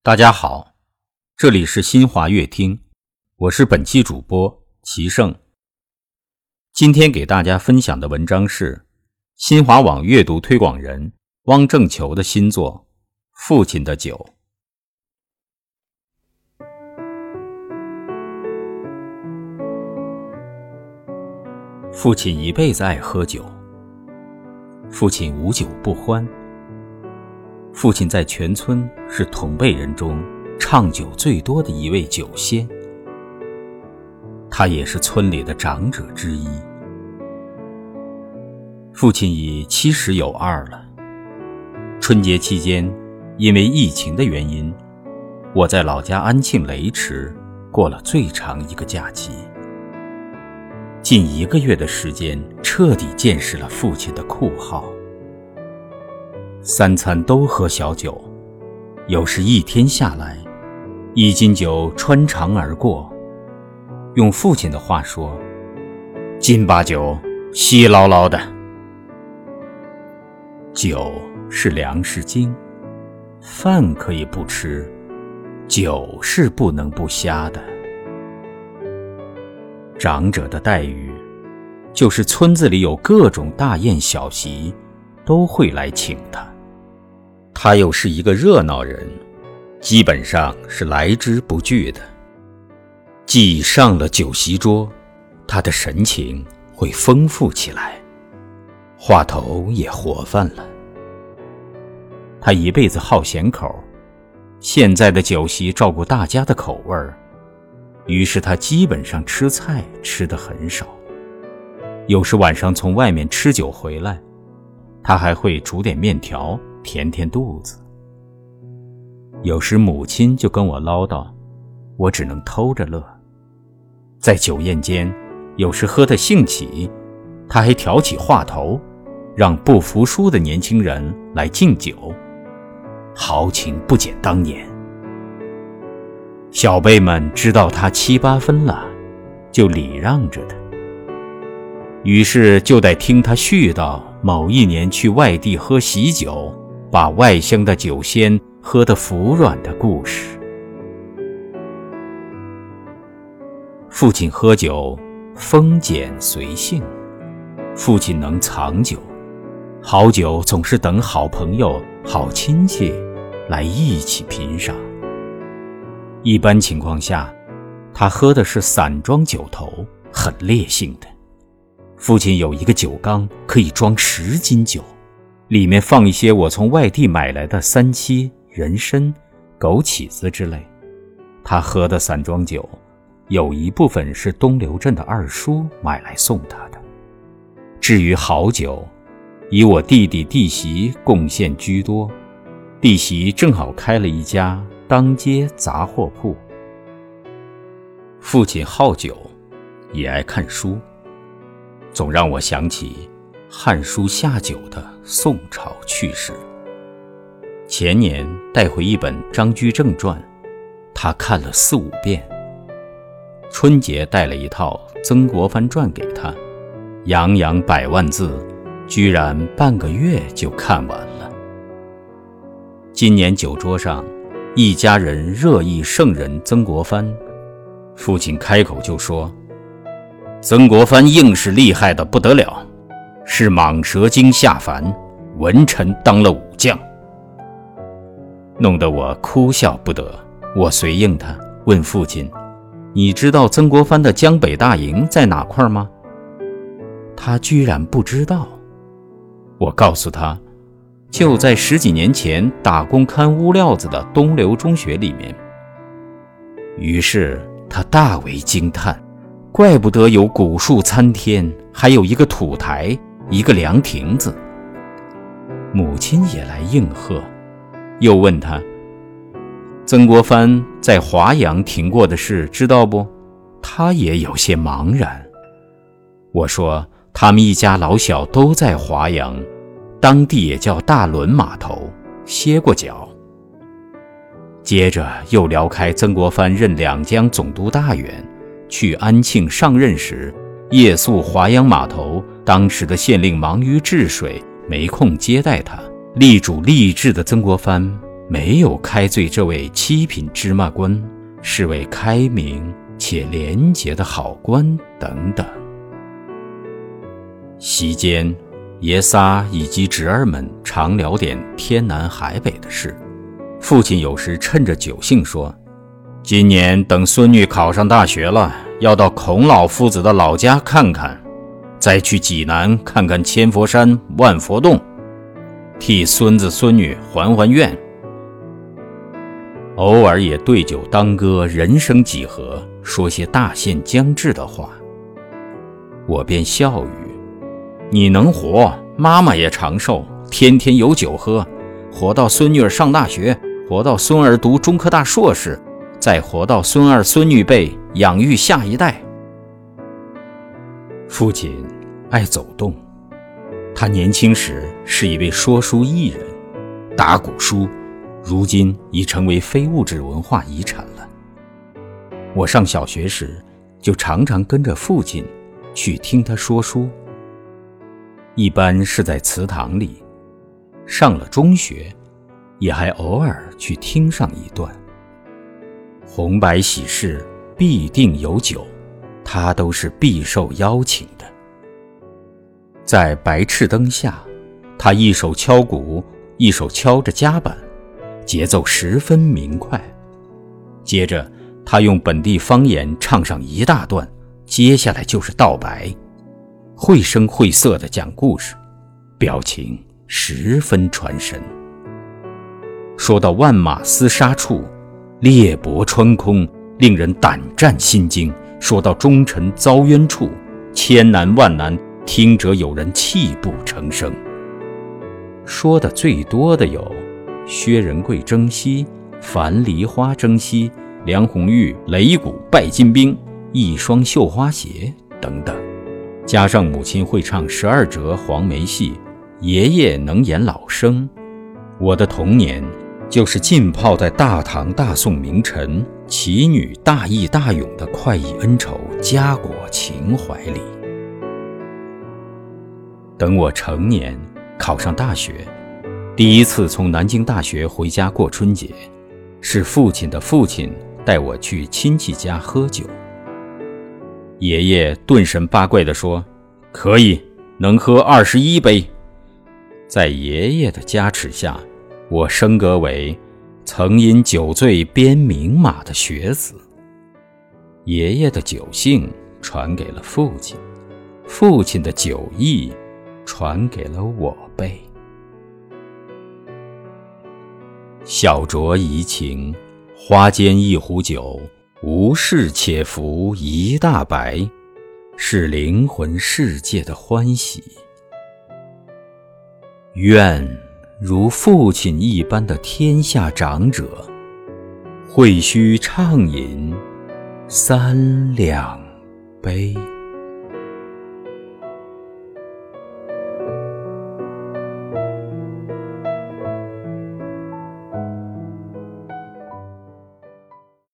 大家好，这里是新华乐听，我是本期主播齐胜。今天给大家分享的文章是新华网阅读推广人汪正球的新作《父亲的酒》。父亲一辈子爱喝酒，父亲无酒不欢。父亲在全村是同辈人中唱酒最多的一位酒仙，他也是村里的长者之一。父亲已70有2了。春节期间，因为疫情的原因，我在老家安庆雷池过了最长一个假期。近1个月的时间，彻底见识了父亲的酷好。3餐都喝小酒，有时一天下来1斤酒穿肠而过。用父亲的话说，斤把酒稀牢牢的。酒是粮食精，饭可以不吃，酒是不能不瞎的。长者的待遇，就是村子里有各种大宴小席，都会来请他。他又是一个热闹人，基本上是来之不拒的。既上了酒席桌，他的神情会丰富起来，话头也活泛了。他一辈子好咸口，现在的酒席照顾大家的口味儿，于是他基本上吃菜吃得很少。有时晚上从外面吃酒回来，他还会煮点面条填填肚子。有时母亲就跟我唠叨，我只能偷着乐。在酒宴间，有时喝得兴起，他还挑起话头，让不服输的年轻人来敬酒，豪情不减当年。小辈们知道他7、8分了，就礼让着他。于是就得听他絮叨某一年去外地喝喜酒，把外乡的酒仙喝得服软的故事。父亲喝酒丰俭随性，父亲能藏酒，好酒总是等好朋友好亲戚来一起品赏。一般情况下，他喝的是散装酒头，很烈性的。父亲有一个酒缸，可以装10斤酒，里面放一些我从外地买来的3七、人参、枸杞子之类。他喝的散装酒，有一部分是东流镇的二叔买来送他的。至于好酒，以我弟弟弟媳贡献居多。弟媳正好开了一家当街杂货铺。父亲好酒，也爱看书，总让我想起汉书下酒的宋朝趣事。前年带回一本张居正传，他看了4、5遍。春节带了一套曾国藩传给他，洋洋100万字，居然半个月就看完了。今年酒桌上，一家人热议圣人曾国藩，父亲开口就说，曾国藩硬是厉害得不得了，是蟒蛇精下凡，文臣当了武将。弄得我哭笑不得。我随应他，问父亲，你知道曾国藩的江北大营在哪块吗？他居然不知道。我告诉他，就在10几年前打工看物料子的东流中学里面。于是他大为惊叹，怪不得有古树参天，还有一个土台，一个凉亭子。母亲也来应和，又问他，曾国藩在华阳停过的事知道不？他也有些茫然。我说，他们一家老小都在华阳，当地也叫大轮码头，歇过脚。接着又聊开曾国藩任两江总督大员，去安庆上任时，夜宿华阳码头，当时的县令忙于治水，没空接待他。力主励志的曾国藩没有开罪这位七品芝麻官，是位开明且廉洁的好官等等。席间，爷仨以及侄儿们常聊点天南海北的事。父亲有时趁着酒兴说，今年等孙女考上大学了，要到孔老夫子的老家看看，再去济南看看千佛山、万佛洞，替孙子孙女还还愿。偶尔也对酒当歌，人生几何，说些大限将至的话。我便笑语，你能活，妈妈也长寿，天天有酒喝，活到孙女儿上大学，活到孙儿读中科大硕士，再活到孙儿孙女辈养育下一代。父亲爱走动，他年轻时是一位说书艺人，打鼓书如今已成为非物质文化遗产了。我上小学时就常常跟着父亲去听他说书，一般是在祠堂里，上了中学也还偶尔去听上一段。红白喜事必定有酒，他都是必受邀请的。在白炽灯下，他一手敲鼓，一手敲着夹板，节奏十分明快。接着他用本地方言唱上一大段，接下来就是道白，绘声绘色地讲故事，表情十分传神。说到万马厮杀处，裂帛穿空，令人胆战心惊；说到忠臣遭冤处，千难万难，听者有人泣不成声。说的最多的有薛仁贵征西、樊梨花征西、梁红玉擂鼓拜金兵、一双绣花鞋等等，加上母亲会唱12折黄梅戏，爷爷能演老生。我的童年就是浸泡在大唐大宋名臣奇女大义大勇的快意恩仇家国情怀里。等我成年考上大学，第一次从南京大学回家过春节，是父亲的父亲带我去亲戚家喝酒。爷爷顿神八怪地说，可以，能喝21杯。在爷爷的加持下，我升格为曾因酒醉鞭名马的学子。爷爷的酒性传给了父亲，父亲的酒艺传给了我辈。小酌怡情，花间一壶酒，无事且服一大白，是灵魂世界的欢喜。愿如父亲一般的天下长者，会须畅饮3两杯。